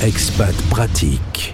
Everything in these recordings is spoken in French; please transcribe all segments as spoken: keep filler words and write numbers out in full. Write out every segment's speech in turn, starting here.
Expat Pratique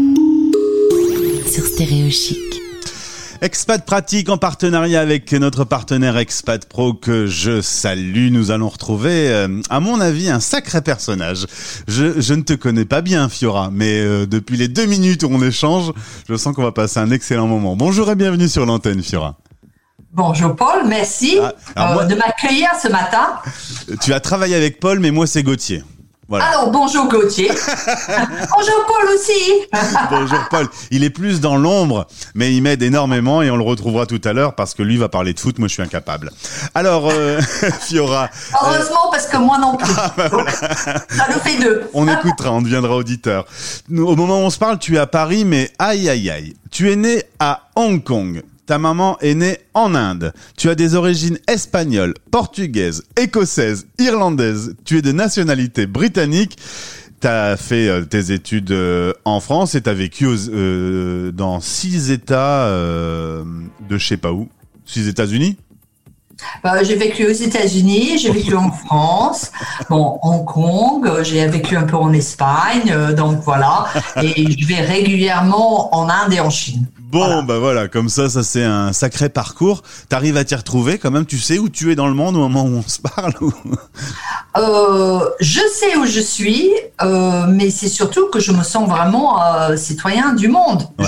sur Stéréo Chic. Expat Pratique en partenariat avec notre partenaire Expat Pro que je salue. Nous allons retrouver, euh, à mon avis, un sacré personnage. Je, je ne te connais pas bien, Fiora, mais euh, depuis les deux minutes où on échange, je sens qu'on va passer un excellent moment. Bonjour et bienvenue sur l'antenne, Fiora. Bonjour Paul, merci ah, euh, moi, de m'accueillir ce matin. Tu as travaillé avec Paul, mais moi c'est Gauthier. Voilà. Alors, bonjour Gauthier. Bonjour Paul aussi. Bonjour Paul. Il est plus dans l'ombre, mais il m'aide énormément et on le retrouvera tout à l'heure parce que lui va parler de foot, moi je suis incapable. Alors, euh, Fiora. Heureusement, euh... parce que moi non plus. Ah, bah voilà. Ça nous fait deux. On écoutera, on deviendra auditeur. Au moment où on se parle, tu es à Paris, mais aïe aïe aïe. Tu es né à Hong Kong. Ta maman est née en Inde. Tu as des origines espagnoles, portugaises, écossaises, irlandaises. Tu es de nationalité britannique. Tu as fait euh, tes études euh, en France et tu as vécu aux, euh, dans six États euh, de je sais pas où. Six États-Unis ? Bah, j'ai vécu aux États-Unis, j'ai vécu en France, bon, Hong Kong, j'ai vécu un peu en Espagne, euh, donc voilà. Et je vais régulièrement en Inde et en Chine. Bon, voilà. Bah voilà, comme ça, ça c'est un sacré parcours. T'arrives à t'y retrouver quand même, tu sais où tu es dans le monde au moment où on se parle ou... euh, Je sais où je suis, euh, mais c'est surtout que je me sens vraiment euh, citoyen du monde. Ouais.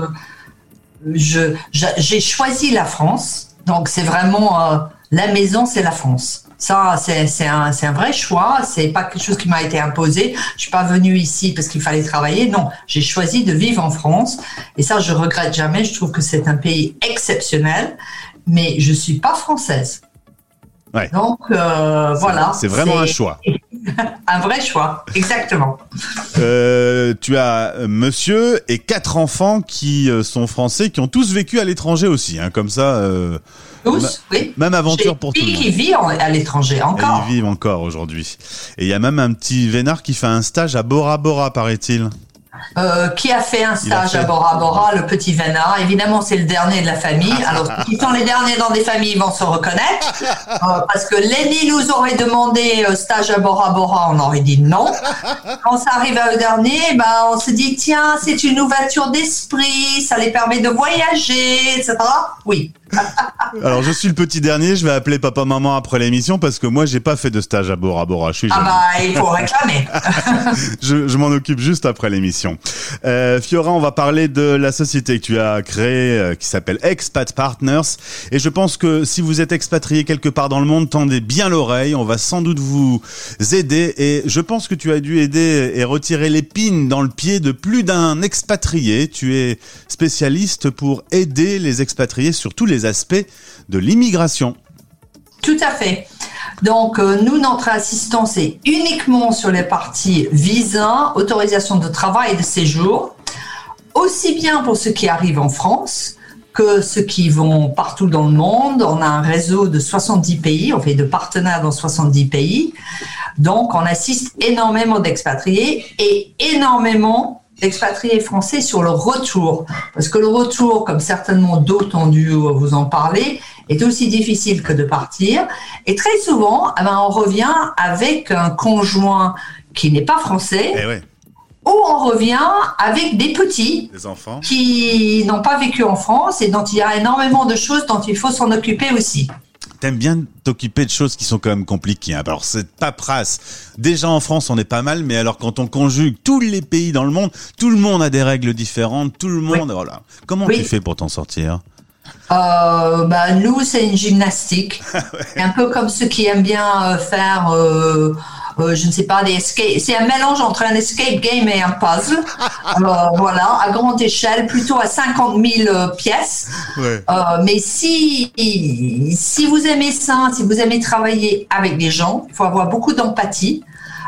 Je, je, j'ai choisi la France. Donc, c'est vraiment euh, la maison, c'est la France. Ça, c'est, c'est, un, c'est un vrai choix. C'est pas quelque chose qui m'a été imposé. Je suis pas venue ici parce qu'il fallait travailler. Non, j'ai choisi de vivre en France. Et ça, je regrette jamais. Je trouve que c'est un pays exceptionnel. Mais je suis pas française. Ouais. Donc, euh, c'est, voilà. C'est vraiment c'est... un choix. Un vrai choix, exactement. Euh, tu as monsieur et quatre enfants qui sont français, qui ont tous vécu à l'étranger aussi, hein, comme ça. Euh, tous, ma- oui. Même aventure J'ai pour tout le monde. qui vit à l'étranger encore. Et ils vivent encore aujourd'hui. Et il y a même un petit vénard qui fait un stage à Bora Bora, paraît-il. Euh, qui a fait un stage fait... à Bora Bora, le petit Vénard. Évidemment, c'est le dernier de la famille. Alors, qui sont les derniers dans des familles, ils vont se reconnaître. Euh, parce que Lenny nous aurait demandé euh, stage à Bora Bora, on aurait dit non. Quand ça arrive à le dernier, ben, on se dit, tiens, c'est une ouverture d'esprit, ça les permet de voyager, et cetera. Oui. Alors, je suis le petit dernier, je vais appeler papa-maman après l'émission parce que moi, j'ai pas fait de stage à Bora Bora. Je suis ah bah, il faut réclamer. je, je m'en occupe juste après l'émission. Euh, Fiora, on va parler de la société que tu as créée euh, qui s'appelle Expat Partners. Et je pense que si vous êtes expatrié quelque part dans le monde, tendez bien l'oreille. On va sans doute vous aider. Et je pense que tu as dû aider et retirer l'épine dans le pied de plus d'un expatrié. Tu es spécialiste pour aider les expatriés sur tous les aspects de l'immigration. Tout à fait. Donc, euh, nous, notre assistance est uniquement sur les parties visa, autorisation de travail et de séjour, aussi bien pour ceux qui arrivent en France que ceux qui vont partout dans le monde. On a un réseau de soixante-dix pays, on fait de partenaires dans soixante-dix pays. Donc, on assiste énormément d'expatriés et énormément d'expatriés français sur le retour. Parce que le retour, comme certainement d'autres ont dû vous en parler, est aussi difficile que de partir. Et très souvent, eh ben, on revient avec un conjoint qui n'est pas français. Eh ouais. Ou on revient avec des petits des enfants qui n'ont pas vécu en France et dont il y a énormément de choses dont il faut s'en occuper aussi. T'aimes bien t'occuper de choses qui sont quand même compliquées. Hein. Alors, cette paperasse, déjà en France, on est pas mal, mais alors quand on conjugue tous les pays dans le monde, tout le monde a des règles différentes, tout le monde... Oui. Voilà. Comment oui. tu fais pour t'en sortir ? Euh, bah, nous, c'est une gymnastique. Ouais. Un peu comme ceux qui aiment bien faire... Euh, Euh, je ne sais pas, des escape. C'est un mélange entre un escape game et un puzzle. euh, voilà, à grande échelle, plutôt à cinquante mille euh, pièces. Ouais. Euh, mais si, si vous aimez ça, si vous aimez travailler avec des gens, il faut avoir beaucoup d'empathie.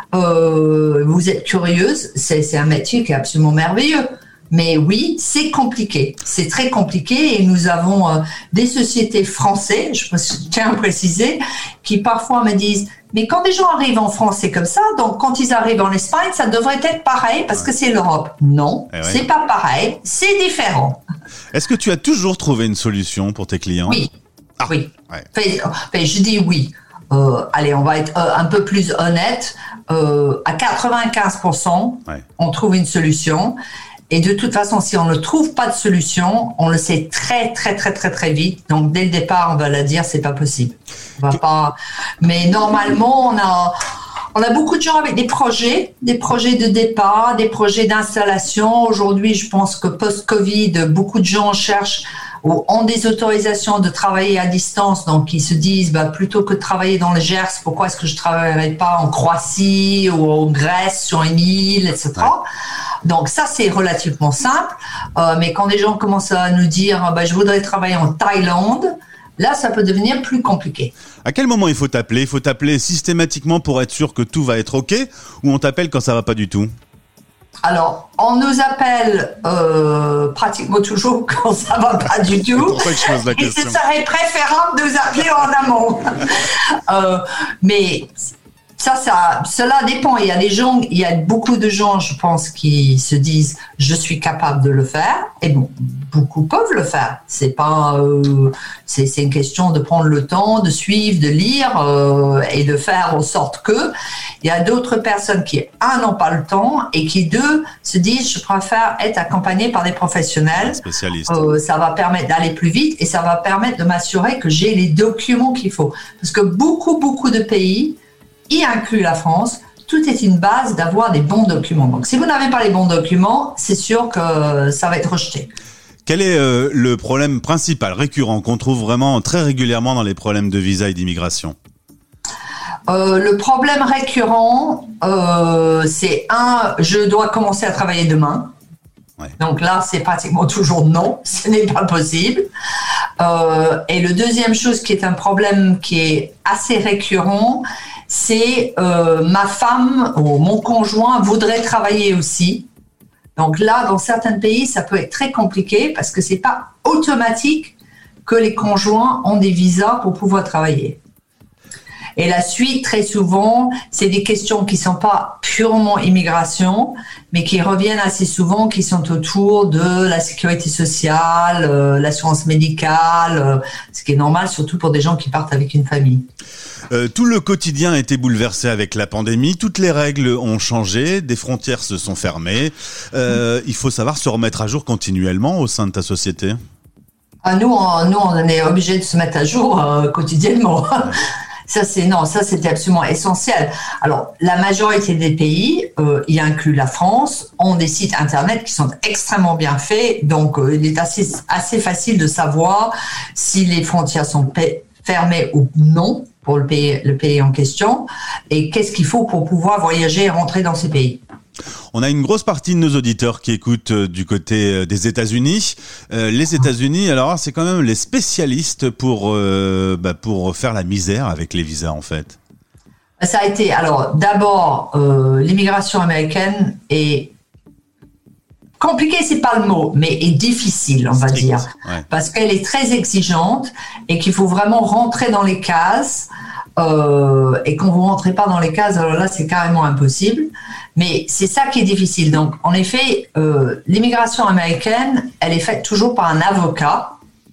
Euh, vous êtes curieuse, c'est, c'est un métier qui est absolument merveilleux. Mais oui, c'est compliqué. C'est très compliqué et nous avons euh, des sociétés françaises, je tiens à préciser, qui parfois me disent « Mais quand des gens arrivent en France, c'est comme ça, donc quand ils arrivent en Espagne, ça devrait être pareil parce que c'est l'Europe. » Non, eh ouais. C'est pas pareil, c'est différent. Est-ce que tu as toujours trouvé une solution pour tes clients ? Oui, ah, oui. Ouais. Enfin, enfin, je dis oui. euh, allez, on va être euh, un peu plus honnête, euh, à quatre-vingt-quinze pour cent, ouais. on trouve une solution. Et de toute façon, si on ne trouve pas de solution, on le sait très, très, très, très, très vite. Donc, dès le départ, on va la dire, c'est pas possible. On va pas. Mais normalement, on a, on a beaucoup de gens avec des projets, des projets de départ, des projets d'installation. Aujourd'hui, je pense que post-Covid, beaucoup de gens cherchent ou ont des autorisations de travailler à distance. Donc, ils se disent, bah, plutôt que de travailler dans le Gers, pourquoi est-ce que je travaillerais pas en Croatie ou en Grèce, sur une île, et cetera. Ouais. Donc ça, c'est relativement simple. Euh, mais quand des gens commencent à nous dire bah, « je voudrais travailler en Thaïlande », là, ça peut devenir plus compliqué. À quel moment il faut t'appeler ? Il faut t'appeler systématiquement pour être sûr que tout va être OK, ou on t'appelle quand ça va pas du tout ? Alors, on nous appelle euh, pratiquement toujours quand ça va pas du tout. C'est pour ça que je pose la question. Et ce serait préférable de nous appeler en amont. euh, mais... Ça, ça, cela dépend. Il y a des gens, il y a beaucoup de gens, je pense, qui se disent je suis capable de le faire. Et bon, beaucoup peuvent le faire. C'est pas, euh, c'est, c'est une question de prendre le temps, de suivre, de lire euh, et de faire en sorte que. Il y a d'autres personnes qui un n'ont pas le temps et qui deux se disent je préfère être accompagné par des professionnels. Spécialistes. Euh, ça va permettre d'aller plus vite et ça va permettre de m'assurer que j'ai les documents qu'il faut. Parce que beaucoup, beaucoup de pays, y inclut la France, tout est une base d'avoir des bons documents. Donc, si vous n'avez pas les bons documents, c'est sûr que ça va être rejeté. Quel est euh, le problème principal, récurrent, qu'on trouve vraiment très régulièrement dans les problèmes de visa et d'immigration ? euh, Le problème récurrent, euh, c'est un, je dois commencer à travailler demain. Ouais. Donc là, c'est pratiquement toujours non, ce n'est pas possible. Euh, et le deuxième chose qui est un problème qui est assez récurrent, c'est euh, ma femme ou mon conjoint voudrait travailler aussi. Donc là, dans certains pays, ça peut être très compliqué parce que c'est pas automatique que les conjoints ont des visas pour pouvoir travailler. Et la suite, très souvent, c'est des questions qui sont pas purement immigration, mais qui reviennent assez souvent, qui sont autour de la sécurité sociale, euh, l'assurance médicale, euh, ce qui est normal, surtout pour des gens qui partent avec une famille. Euh, tout le quotidien a été bouleversé avec la pandémie, toutes les règles ont changé, des frontières se sont fermées. Euh, il faut savoir se remettre à jour continuellement au sein de ta société. Ah, nous, on, nous, on est obligés de se mettre à jour euh, quotidiennement. Ouais. Ça, c'est non, ça c'était absolument essentiel. Alors, la majorité des pays, euh, y inclut la France, ont des sites internet qui sont extrêmement bien faits. Donc, euh, il est assez assez facile de savoir si les frontières sont pa- fermées ou non pour le pays le pays en question et qu'est-ce qu'il faut pour pouvoir voyager et rentrer dans ces pays. On a une grosse partie de nos auditeurs qui écoutent du côté des États-Unis. Euh, les États-Unis, alors c'est quand même les spécialistes pour euh, bah, pour faire la misère avec les visas en fait. Ça a été alors d'abord euh, l'immigration américaine est compliquée, c'est pas le mot, mais est difficile, on va Strict, dire, ouais. Parce qu'elle est très exigeante et qu'il faut vraiment rentrer dans les cases. Euh, et quand vous rentrez pas dans les cases, alors là c'est carrément impossible. Mais c'est ça qui est difficile. Donc en effet, euh, l'immigration américaine, elle est faite toujours par un avocat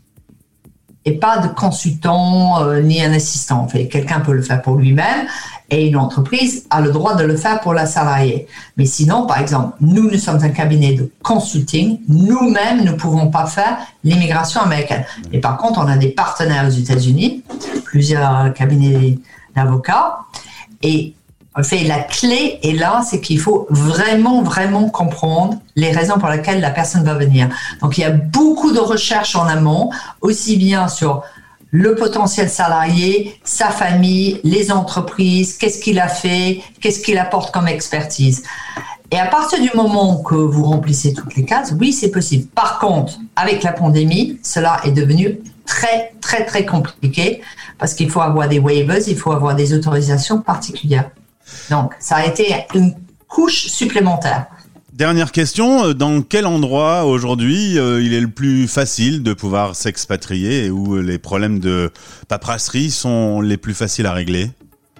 et pas de consultant euh, ni un assistant. En fait, quelqu'un peut le faire pour lui-même et une entreprise a le droit de le faire pour la salariée. Mais sinon, par exemple, nous, nous sommes un cabinet de consulting. Nous-mêmes, nous ne pouvons pas faire l'immigration américaine. Mais par contre, on a des partenaires aux États-Unis, plusieurs cabinets d'avocats. Et en fait, la clé est là, c'est qu'il faut vraiment, vraiment comprendre les raisons pour lesquelles la personne va venir. Donc, il y a beaucoup de recherches en amont, aussi bien sur le potentiel salarié, sa famille, les entreprises, qu'est-ce qu'il a fait, qu'est-ce qu'il apporte comme expertise. Et à partir du moment que vous remplissez toutes les cases, oui, c'est possible. Par contre, avec la pandémie, cela est devenu très, très, très compliqué parce qu'il faut avoir des waivers, il faut avoir des autorisations particulières. Donc, ça a été une couche supplémentaire. Dernière question, dans quel endroit aujourd'hui euh, il est le plus facile de pouvoir s'expatrier et où les problèmes de paperasserie sont les plus faciles à régler ?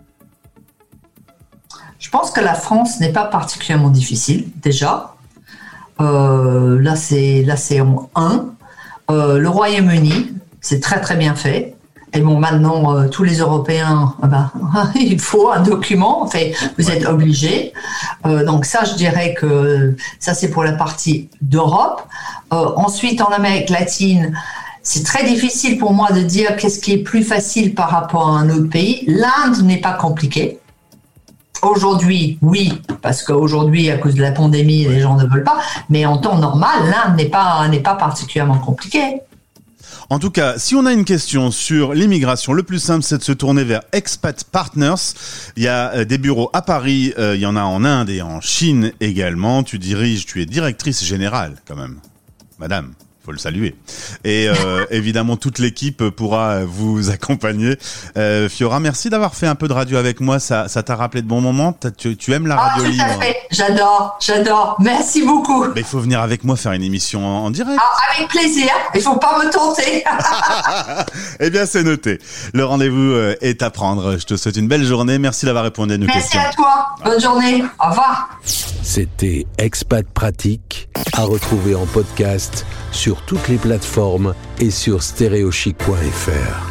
Je pense que la France n'est pas particulièrement difficile, déjà. Euh, là, c'est, là, c'est en un. Euh, le Royaume-Uni, c'est très, très bien fait. Et bon, maintenant, euh, tous les Européens, euh, ben, il faut un document, enfin, vous ouais. êtes obligés. Euh, donc ça, je dirais que ça, c'est pour la partie d'Europe. Euh, ensuite, en Amérique latine, c'est très difficile pour moi de dire qu'est-ce qui est plus facile par rapport à un autre pays. L'Inde n'est pas compliquée. Aujourd'hui, oui, parce qu'aujourd'hui, à cause de la pandémie, les gens ne veulent pas. Mais en temps normal, l'Inde n'est pas, n'est pas particulièrement compliquée. En tout cas, si on a une question sur l'immigration, le plus simple, c'est de se tourner vers Expat Partners. Il y a des bureaux à Paris, euh, il y en a en Inde et en Chine également. Tu diriges, tu es directrice générale quand même, madame. Faut le saluer. Et euh, évidemment, toute l'équipe pourra vous accompagner. Euh, Fiora, merci d'avoir fait un peu de radio avec moi. Ça, ça t'a rappelé de bons moments. Tu, tu aimes la radio libre? Ah, tout à fait. J'adore, j'adore. Merci beaucoup. Mais il faut venir avec moi faire une émission en, en direct. Ah, avec plaisir. Il faut pas me tenter. Eh bien, c'est noté. Le rendez-vous est à prendre. Je te souhaite une belle journée. Merci d'avoir répondu à nos merci questions. Merci à toi. Bonne journée. Au revoir. C'était Expat Pratique, à retrouver en podcast sur toutes les plateformes et sur stéréochic point f r.